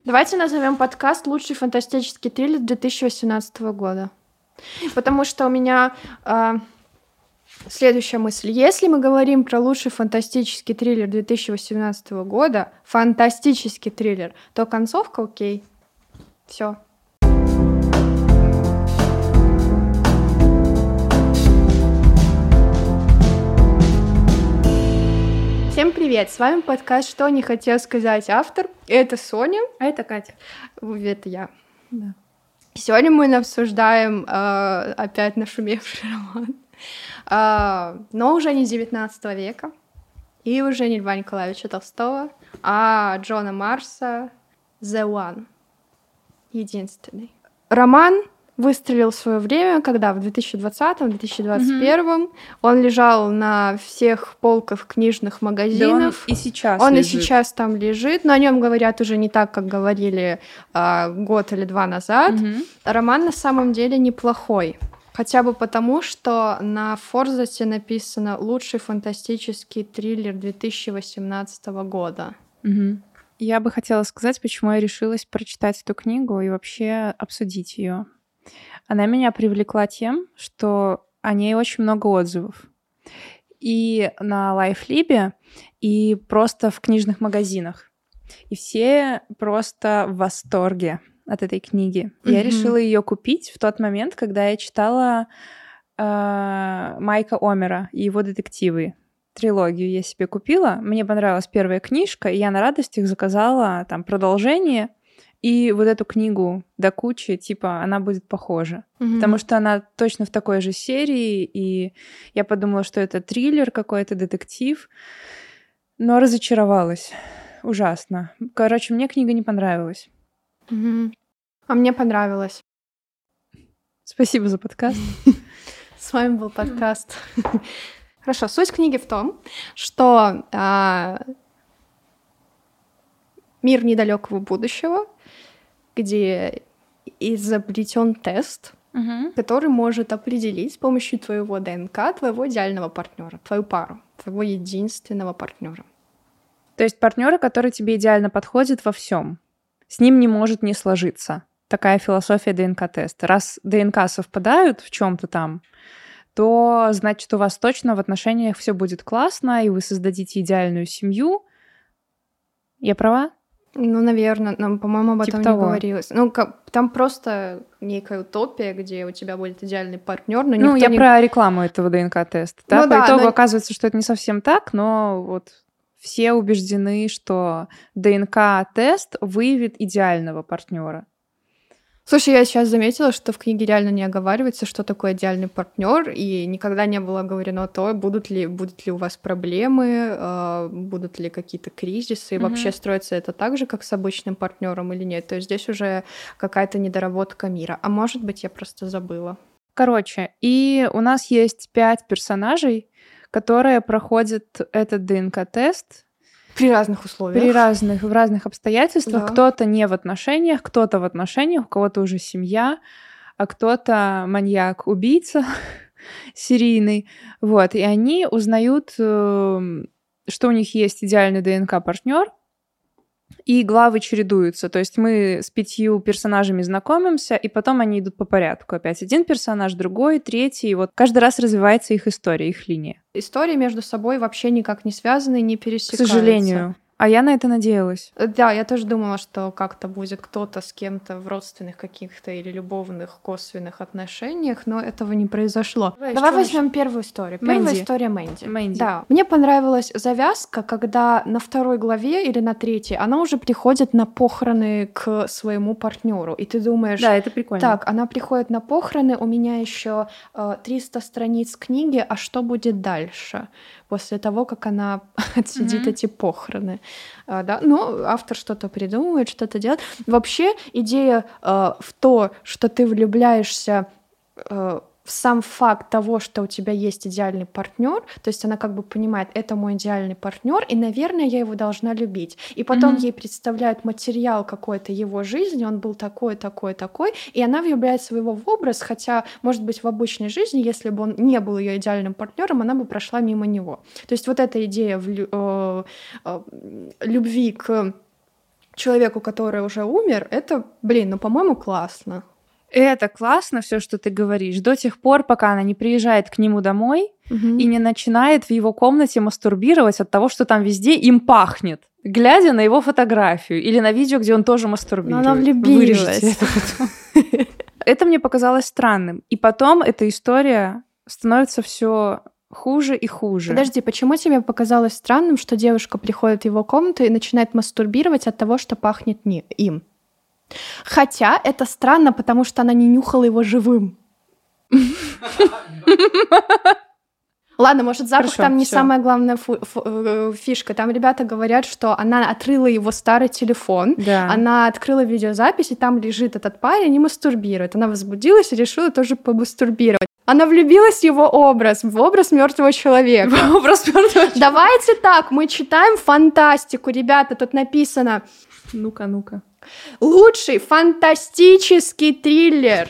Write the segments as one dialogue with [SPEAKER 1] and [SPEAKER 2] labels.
[SPEAKER 1] Давайте назовем подкаст «Лучший фантастический триллер 2018 года». Потому что у меня следующая мысль. Если мы говорим про лучший фантастический триллер 2018 года, фантастический триллер, то концовка окей. Все. Всем привет! С вами подкаст «Что не хотел сказать автор». Это Соня.
[SPEAKER 2] А это Катя.
[SPEAKER 1] Это я.
[SPEAKER 2] Да.
[SPEAKER 1] Сегодня мы обсуждаем опять нашумевший роман, но уже не 19 века, и уже не Льва Николаевича Толстого, а Джона Марса «The One». Единственный. Роман выстрелил в свое время, когда в 2020-2021 он лежал на всех полках книжных магазинов.
[SPEAKER 2] Да, он и сейчас
[SPEAKER 1] Он
[SPEAKER 2] лежит.
[SPEAKER 1] И сейчас там лежит, но о нем говорят уже не так, как говорили год или два назад.
[SPEAKER 2] Угу.
[SPEAKER 1] Роман на самом деле неплохой. Хотя бы потому, что на форзаце написано «Лучший фантастический триллер 2018 года».
[SPEAKER 2] Угу. Я бы хотела сказать, почему я решилась прочитать эту книгу и вообще обсудить ее. Она меня привлекла тем, что о ней очень много отзывов. И на Лайфлибе, и просто в книжных магазинах. И все просто в восторге от этой книги. Mm-hmm. Я решила ее купить в тот момент, когда я читала Майка Омера и его детективы. Трилогию я себе купила. Мне понравилась первая книжка, и я на радостях заказала там продолжение. И вот эту книгу до кучи, типа, она будет похожа. Mm-hmm. Потому что она точно в такой же серии, и я подумала, что это триллер какой-то, детектив. Но разочаровалась. Ужасно. Короче, мне книга не понравилась.
[SPEAKER 1] Mm-hmm. А мне понравилось.
[SPEAKER 2] Спасибо за подкаст.
[SPEAKER 1] С вами был подкаст. Хорошо, суть книги в том, что мир недалекого будущего, где изобретен тест, который может определить с помощью твоего ДНК твоего идеального партнера, твою пару, твоего единственного партнера.
[SPEAKER 2] То есть партнера, который тебе идеально подходит во всем. С ним не может не сложиться. Такая философия ДНК-теста. Раз ДНК совпадают в чем-то там, то значит, у вас точно в отношениях все будет классно, и вы создадите идеальную семью. Я права?
[SPEAKER 1] Ну, наверное, нам, по-моему, об этом
[SPEAKER 2] типа
[SPEAKER 1] не говорилось. Ну, там просто некая утопия, где у тебя будет идеальный партнер, но
[SPEAKER 2] никто не... про рекламу этого ДНК-теста. Да? По итогу оказывается, что это не совсем так, но вот все убеждены, что ДНК-тест выявит идеального партнера.
[SPEAKER 1] Слушай, я сейчас заметила, что в книге реально не оговаривается, что такое идеальный партнер, и никогда не было говорено то, будут ли у вас проблемы, будут ли какие-то кризисы, и вообще строится это так же, как с обычным партнером или нет. То есть здесь уже какая-то недоработка мира. А может быть, я просто забыла.
[SPEAKER 2] Короче, и у нас есть 5 персонажей, которые проходят этот ДНК-тест.
[SPEAKER 1] При разных условиях.
[SPEAKER 2] В разных обстоятельствах.
[SPEAKER 1] Да.
[SPEAKER 2] Кто-то не в отношениях, у кого-то уже семья, а кто-то маньяк-убийца серийный. Вот. И они узнают, что у них есть идеальный ДНК-партнер, и главы чередуются. То есть мы с 5 персонажами знакомимся, и потом они идут по порядку. Опять один персонаж, другой, третий. И вот каждый раз развивается их история, их линия.
[SPEAKER 1] Истории между собой вообще никак не связаны, не пересекаются.
[SPEAKER 2] К сожалению. А я на это надеялась.
[SPEAKER 1] Да, я тоже думала, что как-то будет кто-то с кем-то в родственных каких-то или любовных косвенных отношениях, но этого не произошло. Давай возьмем первую историю. Первая история Мэнди. Да. Мне понравилась завязка, когда на 2 главе или на 3 она уже приходит на похороны к своему партнеру, и ты думаешь...
[SPEAKER 2] Да, это прикольно.
[SPEAKER 1] Так, она приходит на похороны, у меня еще 300 страниц книги, а что будет дальше? После того, как она отсидит эти похороны. Да? Но автор что-то придумывает, что-то делает. Вообще идея в то, что ты влюбляешься в сам факт того, что у тебя есть идеальный партнер, то есть она как бы понимает, это мой идеальный партнер, и, наверное, я его должна любить. И потом ей представляют материал какой-то его жизни, он был такой, такой, такой, и она влюбляется в его образ, хотя, может быть, в обычной жизни, если бы он не был ее идеальным партнером, она бы прошла мимо него. То есть вот эта идея любви к человеку, который уже умер, это, блин, ну, по-моему, классно.
[SPEAKER 2] Это классно, все, что ты говоришь, до тех пор, пока она не приезжает к нему домой и не начинает в его комнате мастурбировать от того, что там везде им пахнет, глядя на его фотографию или на видео, где он тоже мастурбирует.
[SPEAKER 1] Но она влюбилась.
[SPEAKER 2] Вырежите это потом. Это мне показалось странным. И потом эта история становится все хуже и хуже.
[SPEAKER 1] Подожди, почему тебе показалось странным, что девушка приходит в его комнату и начинает мастурбировать от того, что пахнет им? Хотя это странно, потому что она не нюхала его живым. Ладно, может, запах там не самая главная фишка. Там ребята говорят, что она открыла его старый телефон, она открыла видеозапись, и там лежит этот парень и мастурбирует. Она возбудилась и решила тоже помастурбировать. Она влюбилась в его образ, в образ мертвого человека. Давайте так, мы читаем фантастику, ребята, тут написано...
[SPEAKER 2] Ну-ка.
[SPEAKER 1] Лучший фантастический триллер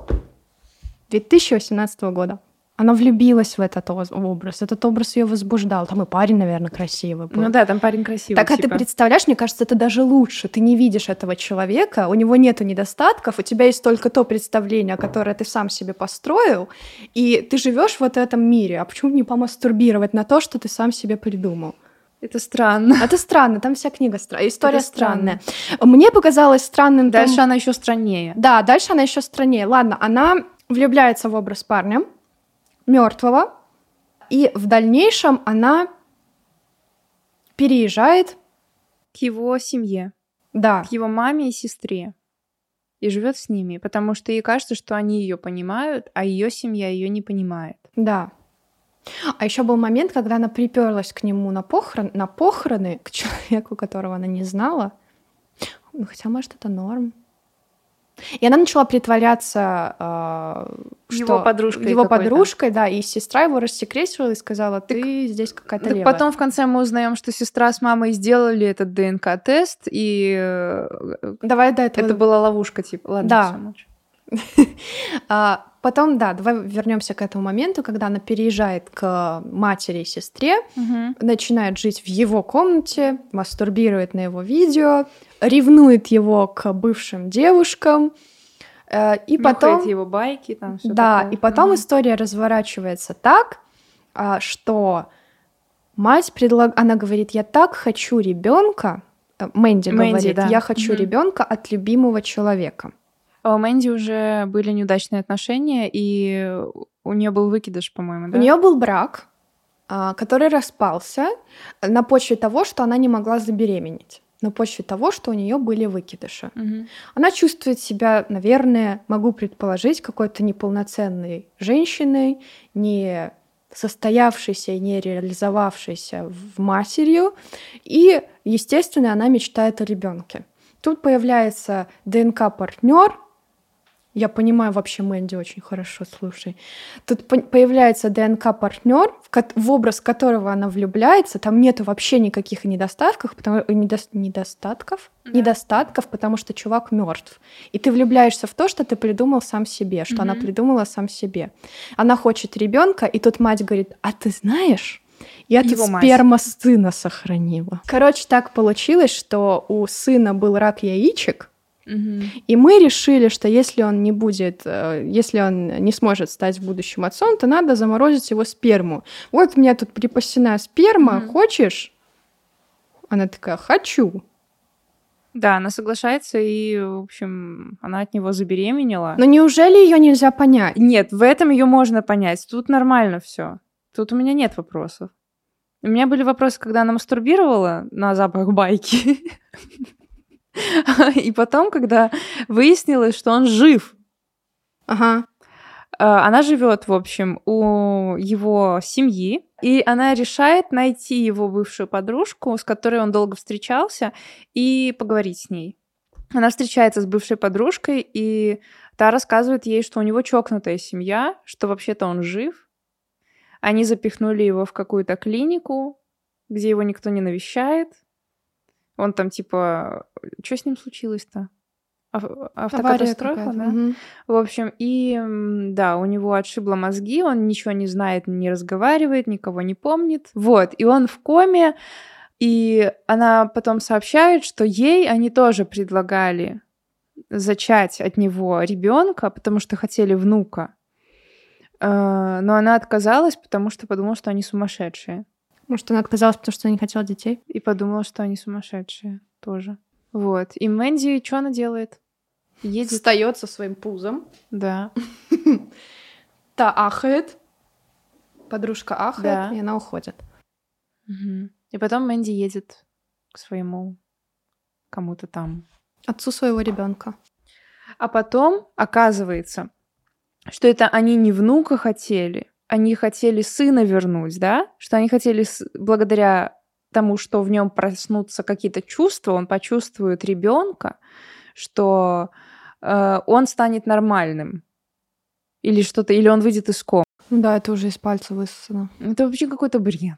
[SPEAKER 1] 2018 года. Она влюбилась в этот образ. Этот образ ее возбуждал. Там и парень, наверное, красивый был.
[SPEAKER 2] Ну да, там парень красивый.
[SPEAKER 1] Так, а ты представляешь, мне кажется, это даже лучше. Ты не видишь этого человека, у него нету недостатков, у тебя есть только то представление, которое ты сам себе построил, и ты живешь вот в этом мире. А почему не помастурбировать на то, что ты сам себе придумал?
[SPEAKER 2] Это странно.
[SPEAKER 1] Это странно, там вся книга странная, история странная. Мне показалось странным...
[SPEAKER 2] Дальше она еще страннее.
[SPEAKER 1] Да, дальше она еще страннее. Ладно, она влюбляется в образ парня, мертвого, и в дальнейшем она переезжает...
[SPEAKER 2] К его семье.
[SPEAKER 1] Да.
[SPEAKER 2] К его маме и сестре. И живет с ними, потому что ей кажется, что они ее понимают, а ее семья ее не понимает.
[SPEAKER 1] Да. А еще был момент, когда она приперлась к нему на похороны, к человеку, которого она не знала. Ну, хотя, может, это норм. И она начала притворяться,
[SPEAKER 2] его
[SPEAKER 1] подружкой, да, и сестра его рассекретила и сказала: ты здесь какая-то левая.
[SPEAKER 2] Потом в конце мы узнаем, что сестра с мамой сделали этот ДНК-тест, и
[SPEAKER 1] давай до этого.
[SPEAKER 2] Это была ловушка, типа. Ладно,
[SPEAKER 1] да.
[SPEAKER 2] Всё, молчу.
[SPEAKER 1] Потом, да, давай вернемся к этому моменту, когда она переезжает к матери и сестре, начинает жить в его комнате, мастурбирует на его видео, ревнует его к бывшим девушкам, и потом
[SPEAKER 2] его байки, там всё
[SPEAKER 1] да,
[SPEAKER 2] такое.
[SPEAKER 1] И потом история разворачивается так, что мать она говорит: я так хочу ребенка. Мэнди говорит:
[SPEAKER 2] да.
[SPEAKER 1] я хочу ребенка от любимого человека.
[SPEAKER 2] А у Мэнди уже были неудачные отношения, и у нее был выкидыш, по-моему, да?
[SPEAKER 1] У нее был брак, который распался на почве того, что она не могла забеременеть, на почве того, что у нее были выкидыши. Она чувствует себя, наверное, могу предположить, какой-то неполноценной женщиной, не состоявшейся и не реализовавшейся в матерью, и, естественно, она мечтает о ребенке. Тут появляется ДНК-партнер. Я понимаю вообще Мэнди очень хорошо, слушай. Тут появляется ДНК-партнер, в образ которого она влюбляется. Там нету вообще никаких недостатков, потому что чувак мертв. И ты влюбляешься в то, что ты придумал сам себе, что она придумала сам себе. Она хочет ребенка, и тут мать говорит: а ты знаешь, я тут сперма сына сохранила. Короче, так получилось, что у сына был рак яичек, и мы решили, что если он не сможет стать будущим отцом, то надо заморозить его сперму. Вот у меня тут припасена сперма, хочешь? Она такая: хочу.
[SPEAKER 2] Да, она соглашается, и, в общем, она от него забеременела.
[SPEAKER 1] Но неужели ее нельзя понять?
[SPEAKER 2] Нет, в этом ее можно понять. Тут нормально все. Тут у меня нет вопросов. У меня были вопросы, когда она мастурбировала на запах байки. И потом, когда выяснилось, что он жив.
[SPEAKER 1] Ага.
[SPEAKER 2] Она живет, в общем, у его семьи, и она решает найти его бывшую подружку, с которой он долго встречался, и поговорить с ней. Она встречается с бывшей подружкой, и та рассказывает ей, что у него чокнутая семья, что вообще-то он жив. Они запихнули его в какую-то клинику, где его никто не навещает. Он там типа... Что с ним случилось-то? Автокатастрофа, да?
[SPEAKER 1] Угу.
[SPEAKER 2] В общем, и да, у него отшибло мозги, он ничего не знает, не разговаривает, никого не помнит. Вот, и он в коме, И она потом сообщает, что ей они тоже предлагали зачать от него ребенка, потому что хотели внука. Но она отказалась, потому что подумала, что они сумасшедшие.
[SPEAKER 1] Может, она отказалась, потому что не хотела детей?
[SPEAKER 2] И подумала, что они сумасшедшие тоже. Вот. И Мэнди, что она делает? Едет.
[SPEAKER 1] Встает со своим пузом.
[SPEAKER 2] Да.
[SPEAKER 1] Та ахает. Подружка ахает,
[SPEAKER 2] Да.
[SPEAKER 1] и она уходит.
[SPEAKER 2] Угу. И потом Мэнди едет к своему кому-то там.
[SPEAKER 1] Отцу своего ребенка.
[SPEAKER 2] А потом оказывается, что это они не внука хотели, они хотели сына вернуть, да? Что они хотели благодаря тому, что в нем проснутся какие-то чувства, он почувствует ребенка, что он станет нормальным. Или что-то, или он выйдет из комы.
[SPEAKER 1] Да, это уже из пальца высосано.
[SPEAKER 2] Это вообще какой-то бред.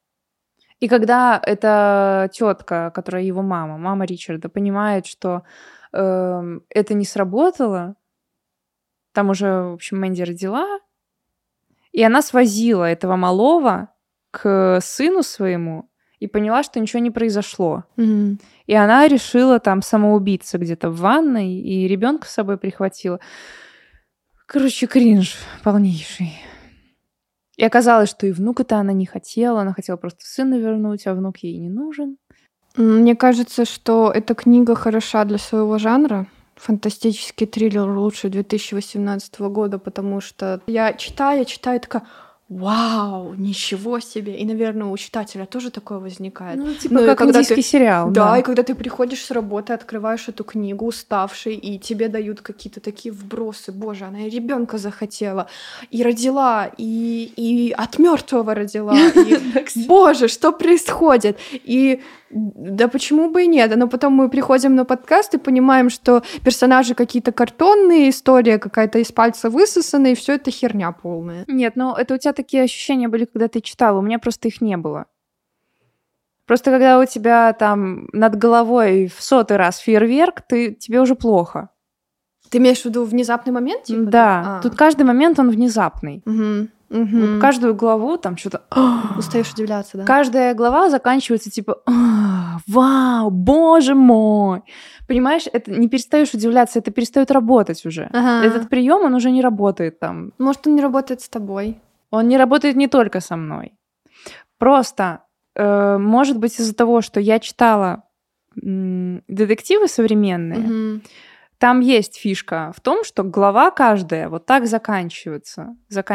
[SPEAKER 2] И когда эта тетка, которая его мама Ричарда, понимает, что это не сработало, там уже, в общем, Мэнди родила, и она свозила этого малого к сыну своему и поняла, что ничего не произошло.
[SPEAKER 1] Mm-hmm.
[SPEAKER 2] И она решила там самоубиться где-то в ванной, и ребенка с собой прихватила. Короче, кринж полнейший. И оказалось, что и внука-то она не хотела. Она хотела просто сына вернуть, а внук ей не нужен.
[SPEAKER 1] Мне кажется, что эта книга хороша для своего жанра. Фантастический триллер лучше 2018 года, потому что я читаю, такая... Вау, ничего себе! И, наверное, у читателя тоже такое возникает.
[SPEAKER 2] Ну, типа как индийский сериал.
[SPEAKER 1] Да, и когда ты приходишь с работы, открываешь эту книгу, уставший, и тебе дают какие-то такие вбросы. Боже, она и ребенка захотела, и родила, и от мертвого родила. Боже, что происходит? И да почему бы и нет? Но потом мы приходим на подкаст и понимаем, что персонажи какие-то картонные, история какая-то из пальца высосана, и все это херня полная.
[SPEAKER 2] Нет, ну это у тебя такие ощущения были, когда ты читала, у меня просто их не было. Просто когда у тебя там над головой в 100-й раз фейерверк, тебе уже плохо.
[SPEAKER 1] Ты имеешь в виду внезапный момент? Типа?
[SPEAKER 2] Да, тут каждый момент, он внезапный.
[SPEAKER 1] Угу.
[SPEAKER 2] Вот каждую главу там что-то...
[SPEAKER 1] Устаешь удивляться, да?
[SPEAKER 2] Каждая глава заканчивается типа «Вау, боже мой!» Понимаешь, это не перестаешь удивляться, это перестает работать уже.
[SPEAKER 1] Ага.
[SPEAKER 2] Этот прием, он уже не работает там.
[SPEAKER 1] Может, он не работает с тобой?
[SPEAKER 2] Он не работает не только со мной. Просто, может быть, из-за того, что я читала детективы современные,
[SPEAKER 1] Угу.
[SPEAKER 2] там есть фишка в том, что глава каждая вот так заканчивается.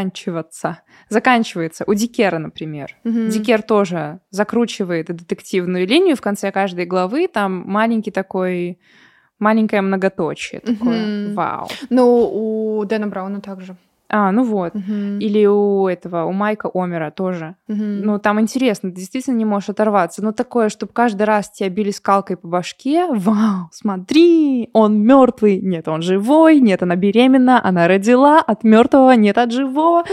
[SPEAKER 2] У Дикера, например.
[SPEAKER 1] Угу.
[SPEAKER 2] Дикер тоже закручивает детективную линию в конце каждой главы. Там маленькое многоточие такое. Вау.
[SPEAKER 1] Ну, у Дэна Брауна также.
[SPEAKER 2] Ну вот. Или у Майка Омера тоже. Ну, там интересно, ты действительно не можешь оторваться. Ну, такое, чтобы каждый раз тебя били скалкой по башке. Вау, смотри, он мертвый. Нет, он живой. Нет, она беременна. Она родила от мертвого, нет, от живого.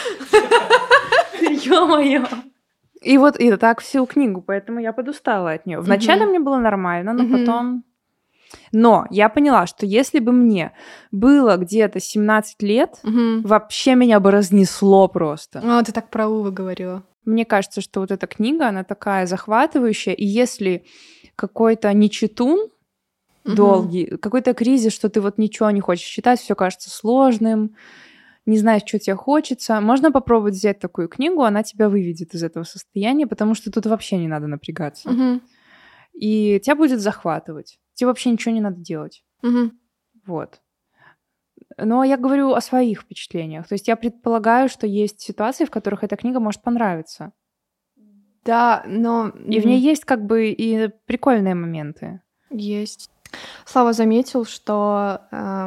[SPEAKER 2] Ё-моё. И вот и так всю книгу, поэтому я подустала от нее. Вначале мне было нормально, но потом... Но я поняла, что если бы мне было где-то 17 лет, вообще меня бы разнесло просто.
[SPEAKER 1] Ты так про Увы говорила.
[SPEAKER 2] Мне кажется, что вот эта книга, она такая захватывающая, и если какой-то нечитун долгий, какой-то кризис, что ты вот ничего не хочешь читать, все кажется сложным, не знаешь, что тебе хочется, можно попробовать взять такую книгу, она тебя выведет из этого состояния, потому что тут вообще не надо напрягаться. И тебя будет захватывать. Тебе вообще ничего не надо делать. Вот. Но я говорю о своих впечатлениях. То есть я предполагаю, что есть ситуации, в которых эта книга может понравиться.
[SPEAKER 1] Да, но...
[SPEAKER 2] И в ней есть как бы и прикольные моменты.
[SPEAKER 1] Есть. Слава заметил, что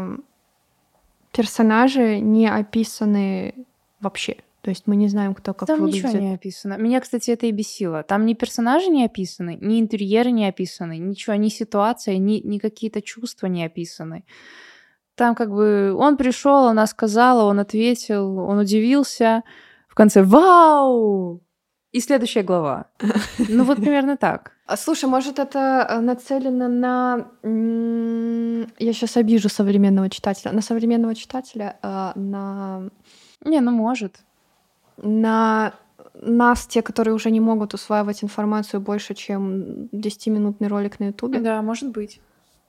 [SPEAKER 1] персонажи не описаны вообще. То есть мы не знаем, кто как выглядит.
[SPEAKER 2] Там ничего не описано. Меня, кстати, это и бесило. Там ни персонажи не описаны, ни интерьеры не описаны, ничего, ни ситуация, ни какие-то чувства не описаны. Там как бы он пришел, она сказала, он ответил, он удивился. В конце «Вау!» И следующая глава. Ну вот примерно так.
[SPEAKER 1] Слушай, может, это нацелено на... Я сейчас обижу современного читателя. На современного читателя, на...
[SPEAKER 2] Не, ну может.
[SPEAKER 1] На нас, те, которые уже не могут усваивать информацию больше, чем 10-минутный ролик на Ютубе.
[SPEAKER 2] Да, может быть.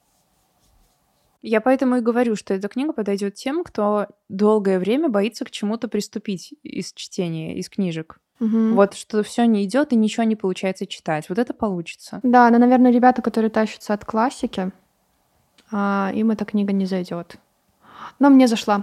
[SPEAKER 2] Я поэтому и говорю, что эта книга подойдет тем, кто долгое время боится к чему-то приступить из чтения, из книжек. Вот что все не идет и ничего не получается читать. Вот это получится.
[SPEAKER 1] Да, но, наверное, ребята, которые тащатся от классики, им эта книга не зайдет. Но мне зашла.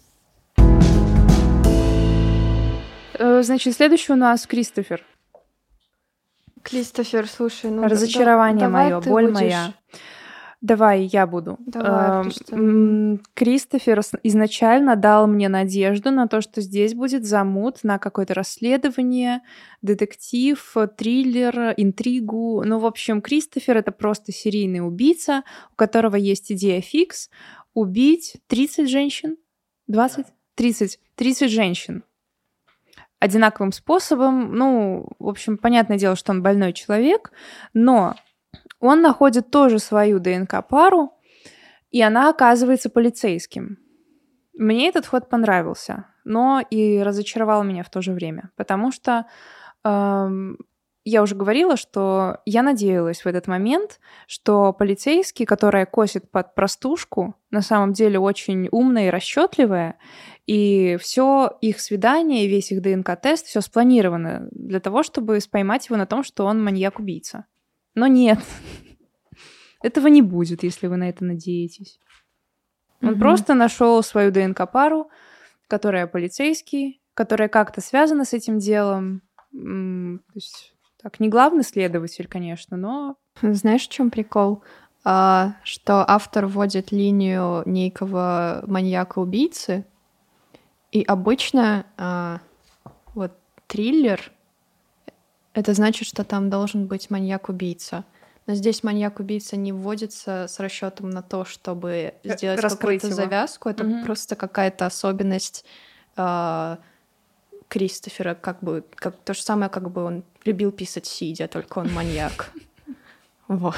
[SPEAKER 2] Значит, следующий у нас Кристофер.
[SPEAKER 1] Кристофер, слушай,
[SPEAKER 2] разочарование мое, боль моя. Давай, я буду.
[SPEAKER 1] Давай,
[SPEAKER 2] Кристофер изначально дал мне надежду на то, что здесь будет замут на какое-то расследование, детектив, триллер, интригу. Ну, в общем, Кристофер — это просто серийный убийца, у которого есть идея фикс — убить 30 женщин, 20? 30 женщин. Одинаковым способом. Ну, в общем, понятное дело, что он больной человек, но он находит тоже свою ДНК-пару, и она оказывается полицейским. Мне этот ход понравился, но и разочаровал меня в то же время, потому что я уже говорила, что я надеялась в этот момент, что полицейский, которая косит под простушку, на самом деле очень умная и расчетливая, и все их свидание, весь их ДНК-тест, все спланировано для того, чтобы поймать его на том, что он маньяк-убийца. Но нет, этого не будет, если вы на это надеетесь. Он просто нашел свою ДНК-пару, которая полицейский, которая как-то связана с этим делом. То есть, так, не главный следователь, конечно, но...
[SPEAKER 1] Знаешь, в чем прикол? Что автор вводит линию некого маньяка-убийцы, и обычно вот триллер — это значит, что там должен быть маньяк-убийца. Но здесь маньяк-убийца не вводится с расчетом на то, чтобы сделать какую-то завязку. Это просто какая-то особенность Кристофера, как то же самое, как бы он любил писать сидя, только он маньяк. Вот.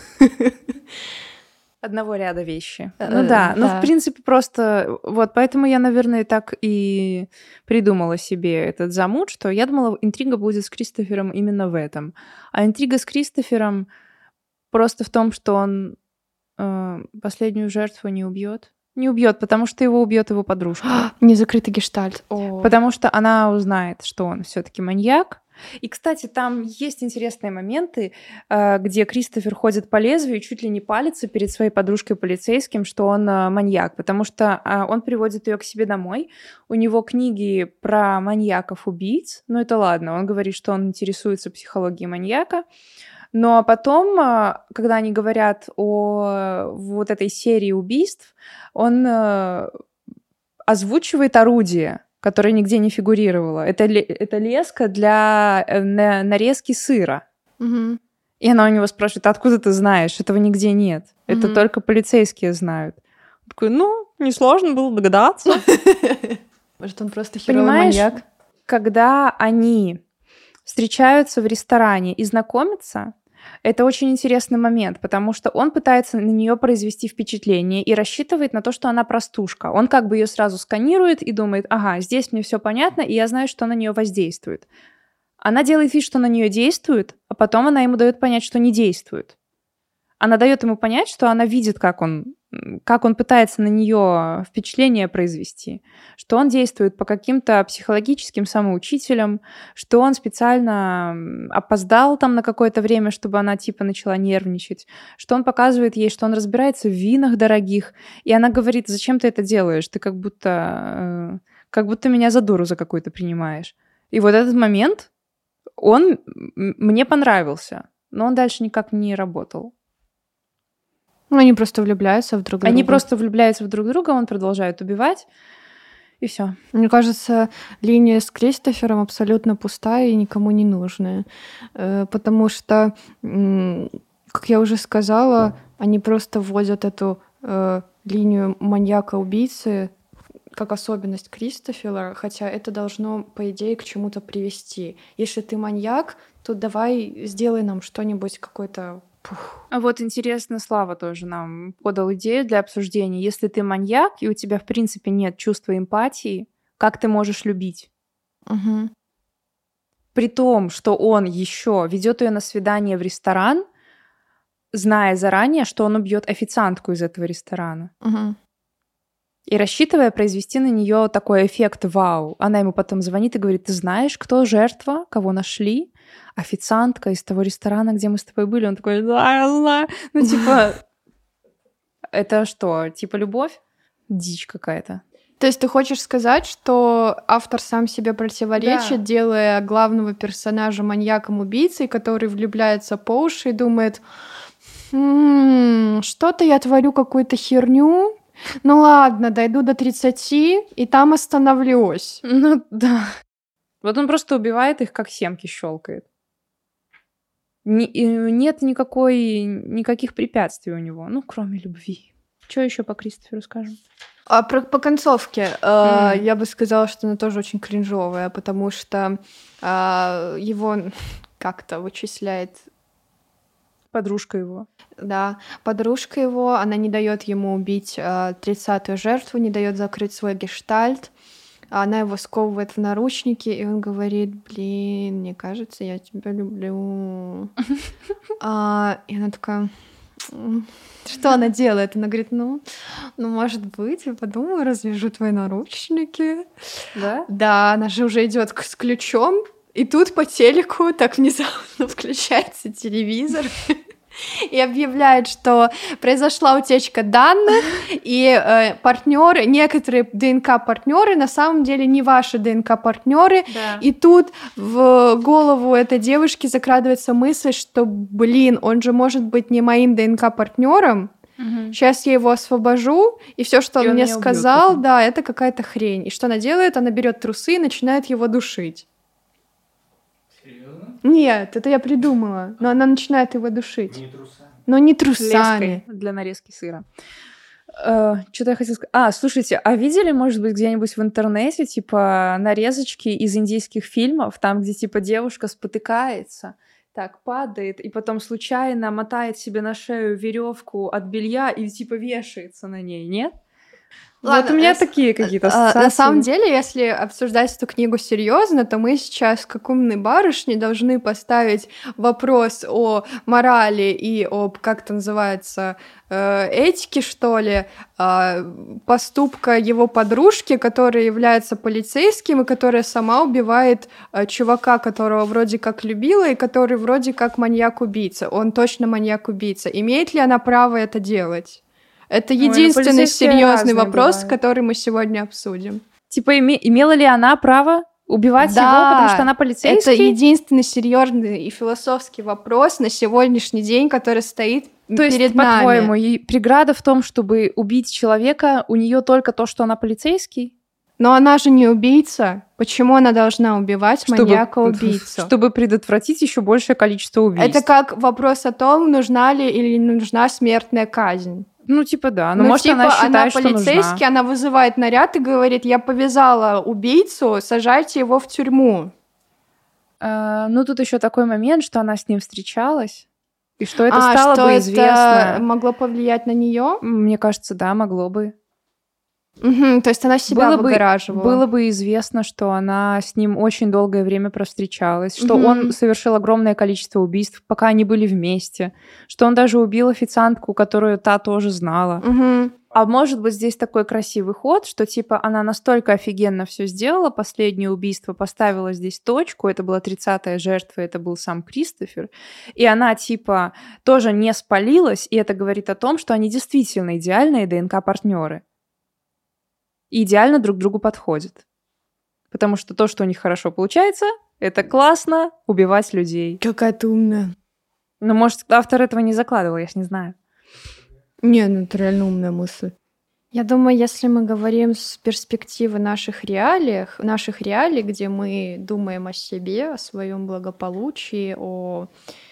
[SPEAKER 2] Одного ряда вещи. Ну да, в принципе, просто... Вот, поэтому я, наверное, так и придумала себе этот замут, что я думала, интрига будет с Кристофером именно в этом. А интрига с Кристофером просто в том, что он последнюю жертву не убьет. Не убьет, потому что его убьет его подружка.
[SPEAKER 1] Незакрытый гештальт.
[SPEAKER 2] Потому что она узнает, что он все-таки маньяк. И, кстати, там есть интересные моменты, где Кристофер ходит по лезвию и чуть ли не палится перед своей подружкой-полицейским, что он маньяк, потому что он приводит ее к себе домой. У него книги про маньяков-убийц, ну это ладно, он говорит, что он интересуется психологией маньяка. Но потом, когда они говорят о вот этой серии убийств, он озвучивает орудие, которое нигде не фигурировало. Это леска для нарезки сыра. И она у него спрашивает: откуда ты знаешь? Этого нигде нет. Это только полицейские знают. Он такой: несложно было догадаться.
[SPEAKER 1] Может, он просто херовый маньяк?
[SPEAKER 2] Когда они встречаются в ресторане и знакомятся, это очень интересный момент, потому что он пытается на нее произвести впечатление и рассчитывает на то, что она простушка. Он как бы ее сразу сканирует и думает: ага, здесь мне все понятно, и я знаю, что на нее воздействует. Она делает вид, что на нее действует, а потом она ему дает понять, что не действует. Она дает ему понять, что она видит, как он пытается на нее впечатление произвести, что он действует по каким-то психологическим самоучителям, что он специально опоздал там на какое-то время, чтобы она типа начала нервничать, что он показывает ей, что он разбирается в винах дорогих, и она говорит: зачем ты это делаешь? Ты как будто меня за дуру за какую-то принимаешь. И вот этот момент, он мне понравился, но он дальше никак не работал.
[SPEAKER 1] Они просто влюбляются в друг друга.
[SPEAKER 2] Они просто влюбляются в друг друга, он продолжает убивать, и все.
[SPEAKER 1] Мне кажется, линия с Кристофером абсолютно пустая и никому не нужная. Потому что, как я уже сказала, они просто вводят эту линию маньяка-убийцы как особенность Кристофера, хотя это должно, по идее, к чему-то привести. Если ты маньяк, то давай сделай нам что-нибудь, какой-то...
[SPEAKER 2] А вот интересно, Слава тоже нам подал идею для обсуждения. Если ты маньяк, и у тебя, в принципе, нет чувства эмпатии, как ты можешь любить? при том, что он еще ведет ее на свидание в ресторан, зная заранее, что он убьет официантку из этого ресторана.
[SPEAKER 1] Мгм.
[SPEAKER 2] И рассчитывая произвести на нее такой эффект вау. Она ему потом звонит и говорит: ты знаешь, кто жертва, кого нашли? Официантка из того ресторана, где мы с тобой были. Он такой: да, я знаю. Ну, типа, это что, типа любовь? Дичь какая-то.
[SPEAKER 1] То есть ты хочешь сказать, что автор сам себе противоречит,
[SPEAKER 2] Да.
[SPEAKER 1] делая главного персонажа маньяком-убийцей, который влюбляется по уши и думает: что-то я творю какую-то херню, ну ладно, дойду до 30 и там остановлюсь.
[SPEAKER 2] Ну, да. Вот он просто убивает их, как семки щелкает. Нет никаких препятствий у него, ну, кроме любви. Что еще по Кристоферу скажем?
[SPEAKER 1] По концовке
[SPEAKER 2] М.
[SPEAKER 1] я бы сказала, что она тоже очень кринжовая, потому что его как-то вычисляет,
[SPEAKER 2] Подружка его.
[SPEAKER 1] да, подружка его, она не дает ему убить 30-ю жертву, не дает закрыть свой гештальт, она его сковывает в наручники, и он говорит: блин, мне кажется, я тебя люблю. И она такая: что она делает? Она говорит: ну, может быть, я подумаю, развяжу твои наручники.
[SPEAKER 2] Да?
[SPEAKER 1] Да, она же уже идет с ключом, и тут по телеку так внезапно включается телевизор и объявляет, что произошла утечка данных, и партнеры, некоторые ДНК-партнеры на самом деле не ваши ДНК-партнеры.
[SPEAKER 2] Да.
[SPEAKER 1] И тут в голову этой девушки закрадывается мысль, что, блин, он же может быть не моим ДНК-партнером. Сейчас я его освобожу, и все, что
[SPEAKER 2] И
[SPEAKER 1] он
[SPEAKER 2] он
[SPEAKER 1] мне
[SPEAKER 2] меня убьет
[SPEAKER 1] сказал,
[SPEAKER 2] потом.
[SPEAKER 1] да, это какая-то хрень. И что она делает? Она берет трусы и начинает его душить.
[SPEAKER 3] Серьезно?
[SPEAKER 1] Нет, это я придумала. Но она начинает его душить.
[SPEAKER 3] Не трусами.
[SPEAKER 1] Но не
[SPEAKER 2] Леской
[SPEAKER 1] трусами.
[SPEAKER 2] для нарезки сыра. Что-то я хотела сказать. Слушайте, а видели, может быть, где-нибудь в интернете, типа, нарезочки из индийских фильмов, там, где, типа, девушка спотыкается, так, падает, и потом случайно мотает себе на шею веревку от белья и, типа, вешается на ней, нет?
[SPEAKER 1] Ладно,
[SPEAKER 2] вот у меня такие какие-то ассоциации.
[SPEAKER 1] На самом деле, если обсуждать эту книгу серьезно, то мы сейчас, как умные барышни, должны поставить вопрос о морали и об, как это называется, этике, что ли, поступка его подружки, которая является полицейским и которая сама убивает чувака, которого вроде как любила и который вроде как маньяк-убийца. Он точно маньяк-убийца. Имеет ли она право это делать? Это единственный
[SPEAKER 2] полицейские
[SPEAKER 1] серьезный
[SPEAKER 2] разные
[SPEAKER 1] вопрос,
[SPEAKER 2] бывают.
[SPEAKER 1] который мы сегодня обсудим.
[SPEAKER 2] Типа, имела ли она право убивать его, потому что она полицейский?
[SPEAKER 1] Это единственный серьезный и философский вопрос на сегодняшний день, который стоит
[SPEAKER 2] То есть,
[SPEAKER 1] перед нами.
[SPEAKER 2] по-твоему, и преграда в том, чтобы убить человека, у нее только то, что она полицейский?
[SPEAKER 1] Но она же не убийца. Почему она должна убивать маньяка-убийцу?
[SPEAKER 2] Чтобы предотвратить еще большее количество убийств.
[SPEAKER 1] Это как вопрос о том, нужна ли или не нужна смертная казнь.
[SPEAKER 2] Ну, типа, да. Но,
[SPEAKER 1] Ну,
[SPEAKER 2] может,
[SPEAKER 1] типа,
[SPEAKER 2] она считает, что
[SPEAKER 1] полицейский,
[SPEAKER 2] нужна.
[SPEAKER 1] она вызывает наряд и говорит: я повязала убийцу, сажайте его в тюрьму.
[SPEAKER 2] Ну, тут еще такой момент, что она с ним встречалась, и что это
[SPEAKER 1] что
[SPEAKER 2] стало бы
[SPEAKER 1] это
[SPEAKER 2] известно.
[SPEAKER 1] могло повлиять на нее?
[SPEAKER 2] Мне кажется, да, могло бы.
[SPEAKER 1] То есть она себя выгораживала.
[SPEAKER 2] Было бы известно, что она с ним очень долгое время провстречалась, что он совершил огромное количество убийств, пока они были вместе, что он даже убил официантку, которую та тоже знала. А может быть, здесь такой красивый ход, что типа она настолько офигенно все сделала, последнее убийство, поставила здесь точку, это была 30-я жертва, это был сам Кристофер, и она типа тоже не спалилась, и это говорит о том, что они действительно идеальные ДНК-партнеры. И идеально друг другу подходят. Потому что то, что у них хорошо получается, это классно убивать людей.
[SPEAKER 1] Какая ты умная.
[SPEAKER 2] Но, может, автор этого не закладывал, я ж не знаю.
[SPEAKER 1] Не, ну это реально умная мысль. Я думаю, если мы говорим с перспективы наших реалий, где мы думаем о себе, о своем благополучии, о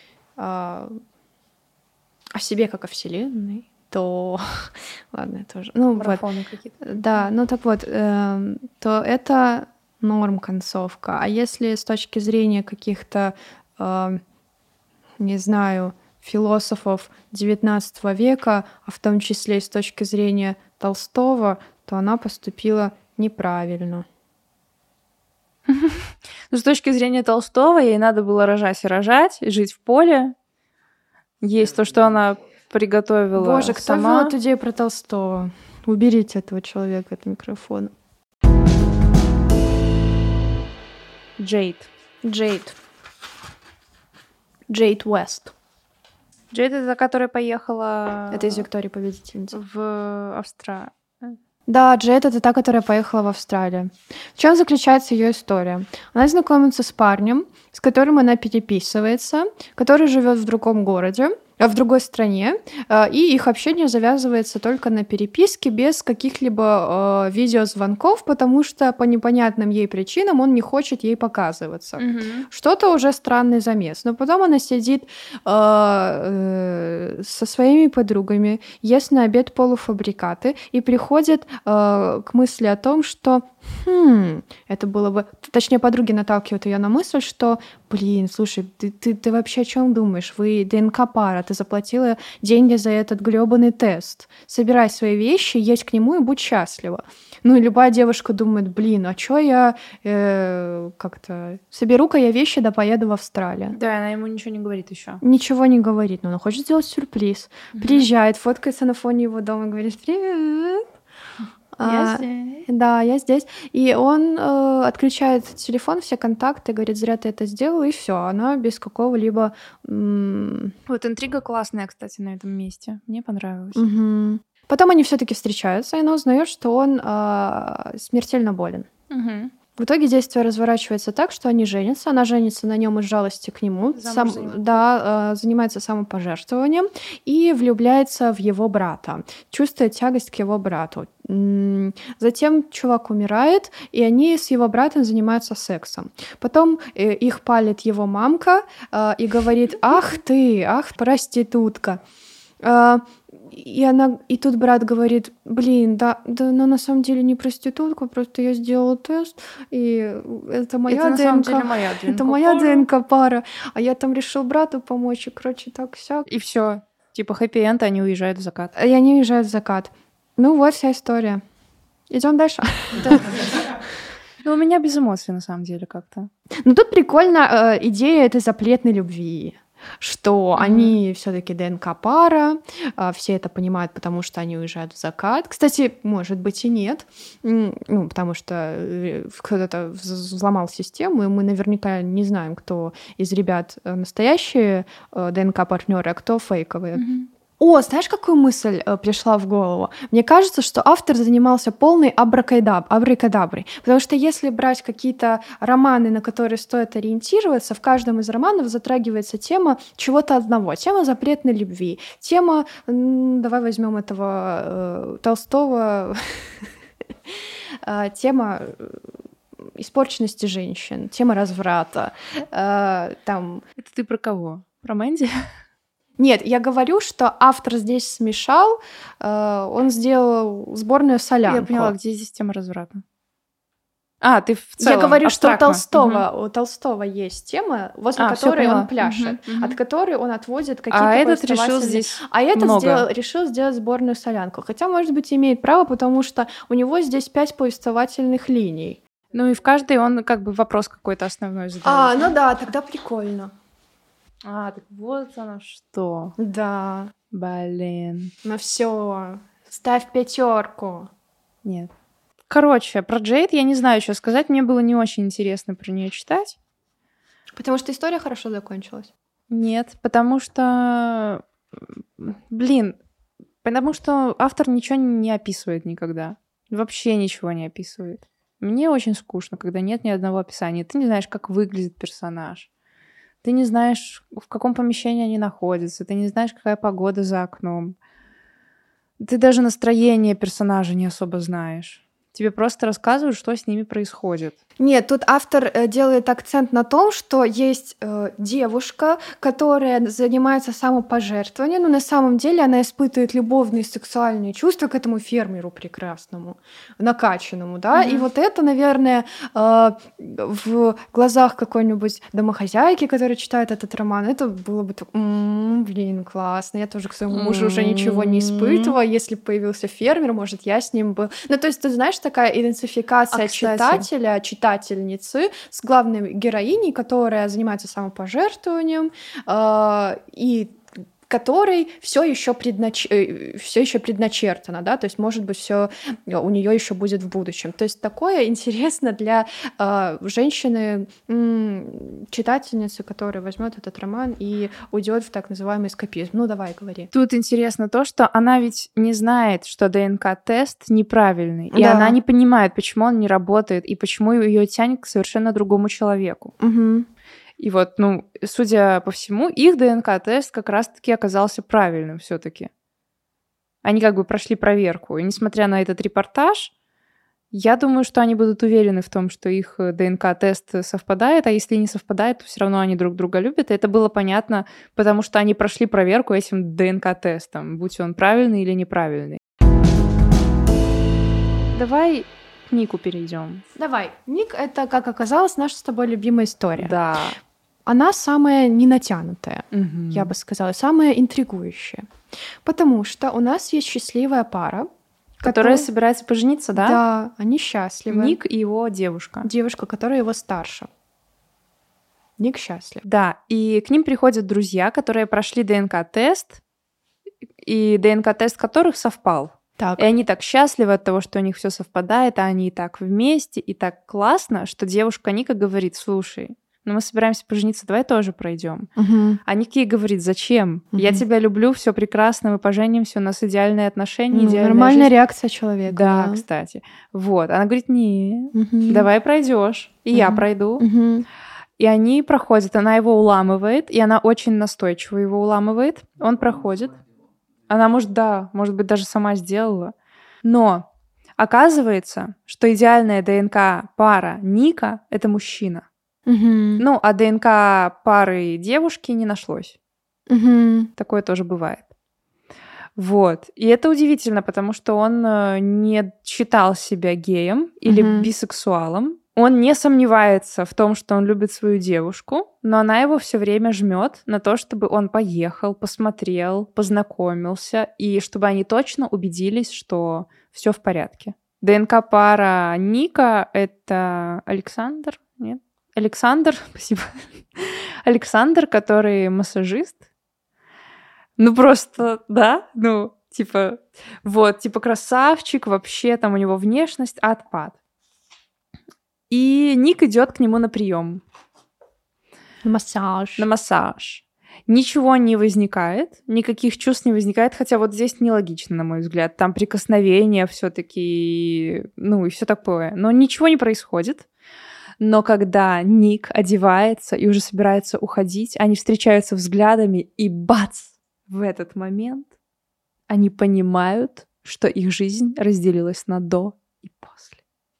[SPEAKER 1] себе как о Вселенной, то ладно, это уже. Ну,
[SPEAKER 2] Марафоны какие-то.
[SPEAKER 1] Да, ну так вот, то это норм концовка. А если с точки зрения каких-то, не знаю, философов XIX века, а в том числе и с точки зрения Толстого, то она поступила неправильно.
[SPEAKER 2] Но с точки зрения Толстого, ей надо было рожать и рожать, и жить в поле. Есть то, что она приготовила
[SPEAKER 1] Боже, кто
[SPEAKER 2] сама.
[SPEAKER 1] вел эту идею про Толстого? Уберите этого человека от микрофона.
[SPEAKER 2] Джейд.
[SPEAKER 1] Джейд Уэст.
[SPEAKER 2] Джейд — это та, которая поехала...
[SPEAKER 1] Это из Виктории Победительницы.
[SPEAKER 2] В Австралию.
[SPEAKER 1] Да, Джейд — это та, которая поехала в Австралию. В чем заключается ее история? Она знакомится с парнем, с которым она переписывается, который живет в другом городе, в другой стране, и их общение завязывается только на переписке, без каких-либо видеозвонков, потому что по непонятным ей причинам он не хочет ей показываться. Что-то уже странный замес. Но потом она сидит со своими подругами, ест на обед полуфабрикаты и приходит к мысли о том, что это было бы... Точнее, подруги наталкивают ее на мысль, что, блин, слушай, ты вообще о чем думаешь? Вы ДНК-пара, ты заплатила деньги за этот грёбаный тест. Собирай свои вещи, едь к нему и будь счастлива. Ну, и любая девушка думает, блин, а чё я как-то... Соберу-ка я вещи, да поеду в Австралию.
[SPEAKER 2] Да, она ему ничего не говорит еще.
[SPEAKER 1] Ничего не говорит, но она хочет сделать сюрприз. Приезжает, фоткается на фоне его дома и говорит, привет.
[SPEAKER 2] Я здесь.
[SPEAKER 1] Да, я здесь. И он отключает телефон, все контакты, говорит, зря ты это сделала, и все. Она без какого-либо...
[SPEAKER 2] Вот интрига классная, кстати, на этом месте. Мне понравилось.
[SPEAKER 1] Угу. Потом они все-таки встречаются, и она узнает, что он смертельно болен.
[SPEAKER 2] Угу.
[SPEAKER 1] В итоге действие разворачивается так, что они женятся. Она женится на нем из жалости к нему. Занимается самопожертвованием и влюбляется в его брата. Чувствует тягость к его брату. Затем чувак умирает, и они с его братом занимаются сексом. Потом их палит его мамка и говорит: «Ах ты, ах, проститутка». И тут брат говорит: блин, да, но на самом деле не проститутка, просто я сделала тест, и это моя
[SPEAKER 2] это
[SPEAKER 1] ДНК.
[SPEAKER 2] На самом деле моя ДНК.
[SPEAKER 1] Это моя ДНК-пара. А я там решил брату помочь, и, короче, так-сяк.
[SPEAKER 2] И все. Типа хэппи-энд, они уезжают в закат.
[SPEAKER 1] И они уезжают в закат. Ну вот вся история. Идем дальше.
[SPEAKER 2] Ну, у меня без эмоций, на самом деле, как-то.
[SPEAKER 1] Ну, тут прикольно идея этой запретной любви. Что они все-таки ДНК-пара, все это понимают, потому что они уезжают в закат. Кстати, может быть и нет, ну, потому что кто-то взломал систему, и мы наверняка не знаем, кто из ребят настоящие ДНК-партнеры, а кто фейковые. О, знаешь, какую мысль пришла в голову? Мне кажется, что автор занимался полной абракадаброй. Потому что если брать какие-то романы, на которые стоит ориентироваться, в каждом из романов затрагивается тема чего-то одного. Тема запретной любви. Тема, давай возьмем этого Толстого, тема испорченности женщин, тема разврата. Там...
[SPEAKER 2] Это ты про кого? Про Мэнди?
[SPEAKER 1] Нет, я говорю, что автор здесь смешал, он сделал сборную солянку.
[SPEAKER 2] Я поняла, где здесь тема разврата. А, ты в целом
[SPEAKER 1] Я говорю,
[SPEAKER 2] абстрактно.
[SPEAKER 1] что у Толстого есть тема, возле которой он пляшет, от которой он отводит какие-то
[SPEAKER 2] повествовательные...
[SPEAKER 1] решил сделать сборную солянку. Хотя, может быть, имеет право, потому что у него здесь 5 повествовательных линий.
[SPEAKER 2] Ну и в каждой он как бы вопрос какой-то основной задает.
[SPEAKER 1] Ну да, тогда прикольно.
[SPEAKER 2] Так вот оно что.
[SPEAKER 1] Да.
[SPEAKER 2] Блин.
[SPEAKER 1] Ну все, ставь 5.
[SPEAKER 2] Нет. Короче, про Джейд я не знаю, что сказать. Мне было не очень интересно про нее читать.
[SPEAKER 1] Потому что история хорошо закончилась?
[SPEAKER 2] Нет, потому что... Потому что автор ничего не описывает никогда. Вообще ничего не описывает. Мне очень скучно, когда нет ни одного описания. Ты не знаешь, как выглядит персонаж. Ты не знаешь, в каком помещении они находятся. Ты не знаешь, какая погода за окном. Ты даже настроение персонажа не особо знаешь. Тебе просто рассказывают, что с ними происходит.
[SPEAKER 1] Нет, тут автор делает акцент на том, что есть девушка, которая занимается самопожертвованием, но на самом деле она испытывает любовные сексуальные чувства к этому фермеру прекрасному, накачанному, да, и вот это, наверное, в глазах какой-нибудь домохозяйки, которая читает этот роман, это было бы так, блин, классно, я тоже к своему мужу уже ничего не испытываю, если бы появился фермер, может, я с ним был. Ну, то есть, ты знаешь, такая идентификация читателя предательницы с главной героиней, которая занимается самопожертвованием, и которой все еще предначертано, да, то есть, может быть, все у нее еще будет в будущем. То есть такое интересно для женщины, читательницы, которая возьмет этот роман и уйдет в так называемый эскапизм. Ну, давай, говори.
[SPEAKER 2] Тут интересно то, что она ведь не знает, что ДНК-тест неправильный, и
[SPEAKER 1] Да.
[SPEAKER 2] она не понимает, почему он не работает, и почему ее тянет к совершенно другому человеку.
[SPEAKER 1] Угу.
[SPEAKER 2] И вот, ну, судя по всему, их ДНК-тест как раз-таки оказался правильным все-таки. Они как бы прошли проверку. И несмотря на этот репортаж, я думаю, что они будут уверены в том, что их ДНК-тест совпадает, а если не совпадает, то все равно они друг друга любят. И это было понятно, потому что они прошли проверку этим ДНК-тестом, будь он правильный или неправильный. Давай к Нику перейдем.
[SPEAKER 1] Давай. Ник — это, как оказалось, наша с тобой любимая история.
[SPEAKER 2] Да.
[SPEAKER 1] Она самая ненатянутая, я бы сказала, самая интригующая. Потому что у нас есть счастливая пара,
[SPEAKER 2] Которая собирается пожениться, да?
[SPEAKER 1] Да, они счастливы.
[SPEAKER 2] Ник и его девушка.
[SPEAKER 1] Девушка, которая его старше. Ник счастлив.
[SPEAKER 2] Да, и к ним приходят друзья, которые прошли ДНК-тест, и ДНК-тест которых совпал.
[SPEAKER 1] Так.
[SPEAKER 2] И они так счастливы от того, что у них все совпадает, а они и так вместе, и так классно, что девушка Ника говорит: слушай, ну мы собираемся пожениться, давай тоже пройдем.
[SPEAKER 1] Угу.
[SPEAKER 2] А Ник ей говорит: зачем?
[SPEAKER 1] Угу.
[SPEAKER 2] Я тебя люблю, все прекрасно, мы поженимся, у нас идеальные отношения, идеальная
[SPEAKER 1] нормальная
[SPEAKER 2] жизнь.
[SPEAKER 1] реакция человека.
[SPEAKER 2] Да, кстати. Вот. Она говорит: не,
[SPEAKER 1] Угу.
[SPEAKER 2] давай пройдешь, и я пройду.
[SPEAKER 1] Угу.
[SPEAKER 2] И они проходят, она его уламывает, и она очень настойчиво его уламывает. Он проходит. Она, может быть, даже сама сделала. Но оказывается, что идеальная ДНК-пара Ника — это мужчина.
[SPEAKER 1] Угу.
[SPEAKER 2] Ну, а ДНК-пары девушки не нашлось.
[SPEAKER 1] Угу.
[SPEAKER 2] Такое тоже бывает. Вот. И это удивительно, потому что он не считал себя геем или бисексуалом. Он не сомневается в том, что он любит свою девушку, но она его все время жмет на то, чтобы он поехал, посмотрел, познакомился, и чтобы они точно убедились, что все в порядке. ДНК-пара Ника — это Александр, нет? Александр, спасибо. Александр, который массажист. Ну просто, да, ну типа, вот, типа красавчик, вообще там у него внешность отпад. И Ник идет к нему на прием.
[SPEAKER 1] На массаж.
[SPEAKER 2] На массаж. Ничего не возникает, никаких чувств не возникает, хотя вот здесь нелогично, на мой взгляд. Там прикосновения все-таки, ну и все такое. Но ничего не происходит. Но когда Ник одевается и уже собирается уходить, они встречаются взглядами, и бац! В этот момент они понимают, что их жизнь разделилась на до и после.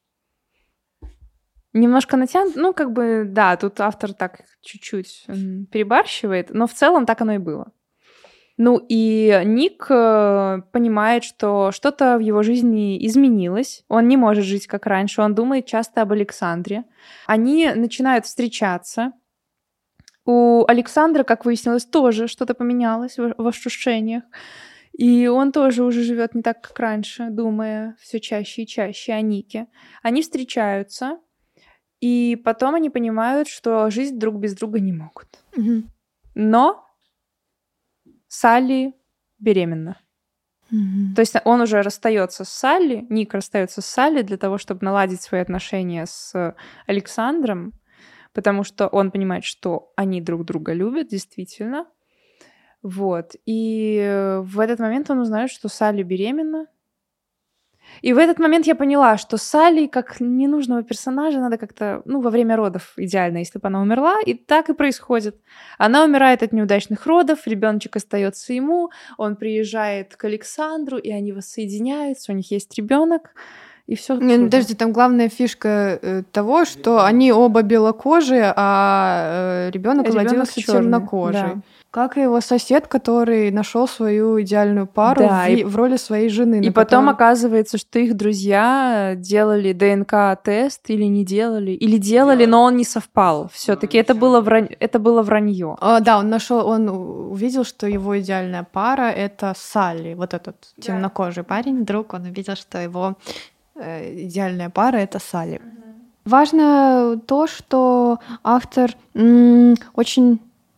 [SPEAKER 2] Немножко натянут, ну, как бы, да, тут автор так чуть-чуть перебарщивает, но в целом так оно и было. Ну, и Ник понимает, что что-то в его жизни изменилось, он не может жить как раньше, он думает часто об Александре. Они начинают встречаться. У Александра, как выяснилось, тоже что-то поменялось в ощущениях. И он тоже уже живет не так, как раньше, думая все чаще и чаще о Нике. Они встречаются, и потом они понимают, что жить друг без друга не могут.
[SPEAKER 1] Угу.
[SPEAKER 2] Но Салли беременна.
[SPEAKER 1] Угу.
[SPEAKER 2] То есть он уже расстается с Салли, Ник расстается с Салли для того, чтобы наладить свои отношения с Александром, потому что он понимает, что они друг друга любят, действительно. Вот. И в этот момент он узнает, что Салли беременна. И в этот момент я поняла, что Салли, как ненужного персонажа, надо как-то, ну, во время родов идеально, если бы она умерла, и так и происходит. Она умирает от неудачных родов, ребеночек остается ему, он приезжает к Александру, и они воссоединяются, у них есть ребенок, и все.
[SPEAKER 1] Подожди, там главная фишка того, что они оба белокожие, а ребенок родился темнокожий. Да. Как и его сосед, который нашел свою идеальную пару, да, в роли своей жены.
[SPEAKER 2] И потом оказывается, что их друзья делали ДНК-тест или не делали, или делали, но он не совпал. Все-таки это было вранье.
[SPEAKER 1] Да, он увидел, что его идеальная пара — это Салли, вот этот темнокожий парень, друг, он увидел, что его идеальная пара — это Салли. Важно то, что автор очень,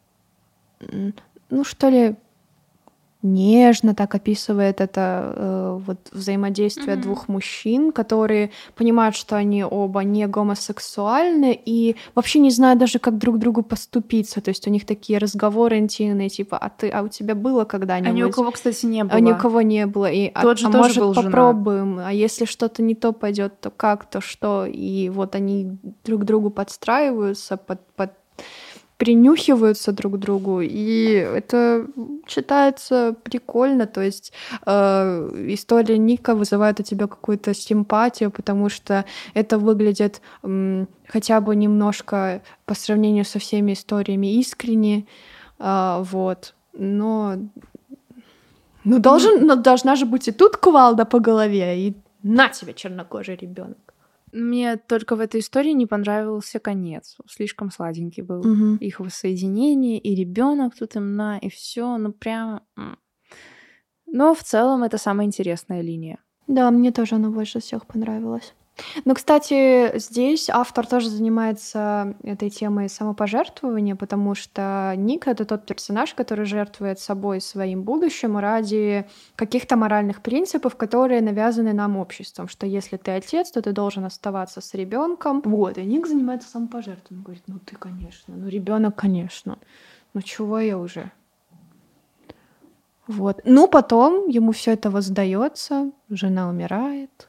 [SPEAKER 1] ну что ли, нежно так описывает это вот взаимодействие двух мужчин, которые понимают, что они оба не гомосексуальны и вообще не знают даже, как друг другу поступиться. То есть у них такие разговоры интимные, типа, а у тебя было когда-нибудь?
[SPEAKER 2] А ни у кого, кстати, не было.
[SPEAKER 1] А ни у кого не было. И,
[SPEAKER 2] Тот же тоже
[SPEAKER 1] может,
[SPEAKER 2] был
[SPEAKER 1] попробуем, а если что-то не то пойдет, то как, то что? И вот они друг другу подстраиваются, принюхиваются друг к другу, и это читается прикольно, то есть история Ника вызывает у тебя какую-то симпатию, потому что это выглядит хотя бы немножко по сравнению со всеми историями искренне, вот, но должна же быть и тут кувалда по голове, и на тебе, чернокожий ребенок.
[SPEAKER 2] Мне только в этой истории не понравился конец. Слишком сладенький был. Их воссоединение, и ребенок тут им и все. Ну, прям. Но в целом это самая интересная линия.
[SPEAKER 1] Да, мне тоже она больше всех понравилась. Но, кстати, здесь автор тоже занимается этой темой самопожертвования, потому что Ник — это тот персонаж, который жертвует собой, своим будущим ради каких-то моральных принципов, которые навязаны нам обществом, что если ты отец, то ты должен оставаться с ребенком. Вот, и Ник занимается самопожертвованием. Говорит, ну ты, конечно, ну ребенок, конечно. Ну чего я уже? Вот. Ну, потом ему все это воздается, жена умирает.